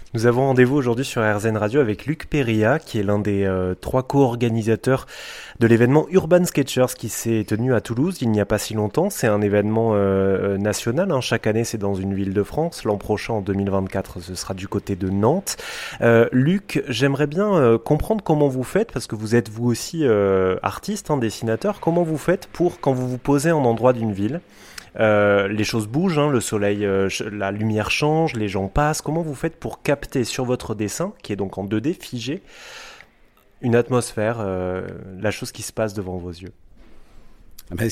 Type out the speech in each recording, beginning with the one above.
Nous avons rendez-vous aujourd'hui sur RZN Radio avec Luc Perria, qui est l'un des trois co-organisateurs de l'événement Urban Sketchers qui s'est tenu à Toulouse il n'y a pas si longtemps. C'est un événement national, hein. Chaque année, c'est dans une ville de France. L'an prochain, en 2024, ce sera du côté de Nantes. Luc, j'aimerais bien comprendre comment vous faites, parce que vous êtes vous aussi artiste, hein, dessinateur. Comment vous faites pour, quand vous vous posez en endroit d'une ville, les choses bougent, hein, le soleil, la lumière change, les gens passent. Comment vous faites pour capter sur votre dessin, qui est donc en 2D figé, une atmosphère, la chose qui se passe devant vos yeux? Ben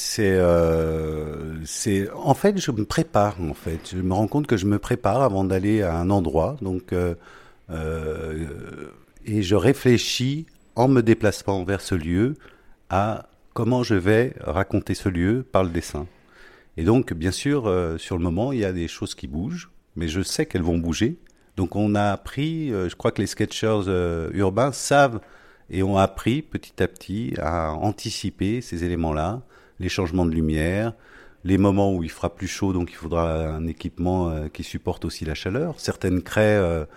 en fait, je me prépare. En fait, je me rends compte que je me prépare avant d'aller à un endroit. Donc, euh, et je réfléchis en me déplaçant vers ce lieu à comment je vais raconter ce lieu par le dessin. Et donc, bien sûr, sur le moment, il y a des choses qui bougent, mais je sais qu'elles vont bouger. Donc, on a appris, je crois que les sketchers urbains savent et ont appris petit à petit à anticiper ces éléments-là, les changements de lumière, les moments où il fera plus chaud, donc il faudra un équipement qui supporte aussi la chaleur. Certaines craies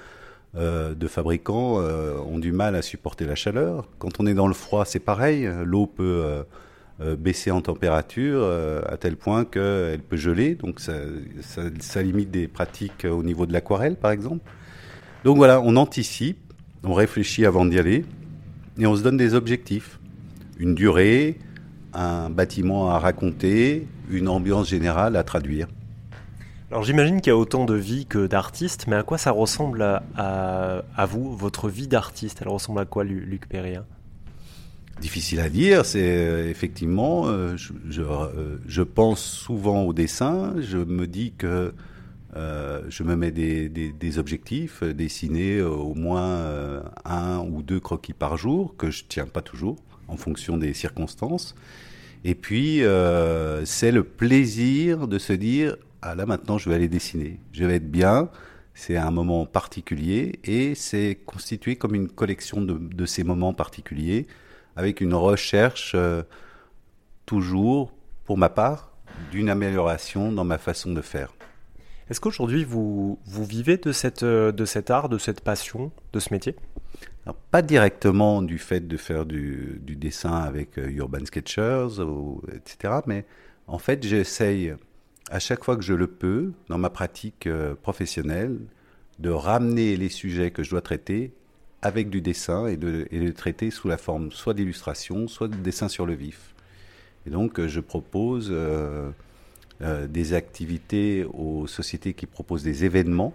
de fabricants ont du mal à supporter la chaleur. Quand on est dans le froid, c'est pareil. L'eau peut baisser en température à tel point qu'elle peut geler. Donc ça limite des pratiques au niveau de l'aquarelle, par exemple. Donc voilà, on anticipe, on réfléchit avant d'y aller et on se donne des objectifs. Une durée, un bâtiment à raconter, une ambiance générale à traduire. Alors j'imagine qu'il y a autant de vie que d'artistes, mais à quoi ça ressemble à vous, votre vie d'artiste? Elle ressemble à quoi, Luc Perria? Difficile à dire, c'est effectivement, je pense souvent au dessin, je me dis que je me mets des objectifs, dessiner au moins un ou deux croquis par jour, que je tiens pas toujours, en fonction des circonstances. Et puis, c'est le plaisir de se dire, ah là maintenant je vais aller dessiner, je vais être bien, c'est un moment particulier, et c'est constitué comme une collection de ces moments particuliers, avec une recherche toujours, pour ma part, d'une amélioration dans ma façon de faire. Est-ce qu'aujourd'hui vous vivez de cet art, de cette passion, de ce métier? Alors, pas directement du fait de faire du dessin avec Urban Sketchers, etc. Mais en fait, j'essaye, à chaque fois que je le peux, dans ma pratique professionnelle, de ramener les sujets que je dois traiter avec du dessin et de les traiter sous la forme soit d'illustration, soit de dessin sur le vif. Et donc, je propose des activités aux sociétés qui proposent des événements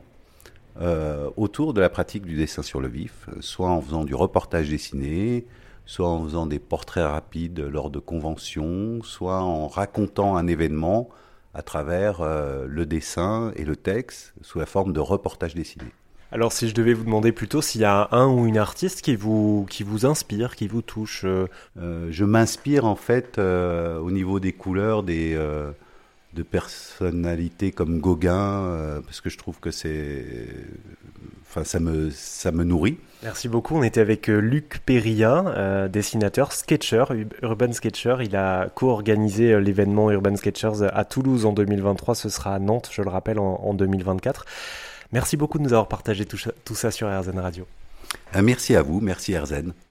autour de la pratique du dessin sur le vif, soit en faisant du reportage dessiné, soit en faisant des portraits rapides lors de conventions, soit en racontant un événement à travers le dessin et le texte sous la forme de reportage dessiné. Alors si je devais vous demander plutôt s'il y a un ou une artiste qui vous inspire, qui vous touche. Je m'inspire en fait au niveau des couleurs de personnalités comme Gauguin, parce que je trouve que enfin, ça me nourrit. Merci beaucoup. On était avec Luc Perria, dessinateur, sketcher, Urban Sketcher. Il a co-organisé l'événement Urban Sketchers à Toulouse en 2023. Ce sera à Nantes, je le rappelle, en 2024. Merci beaucoup de nous avoir partagé tout ça sur RZN Radio. Merci à vous, merci RZN.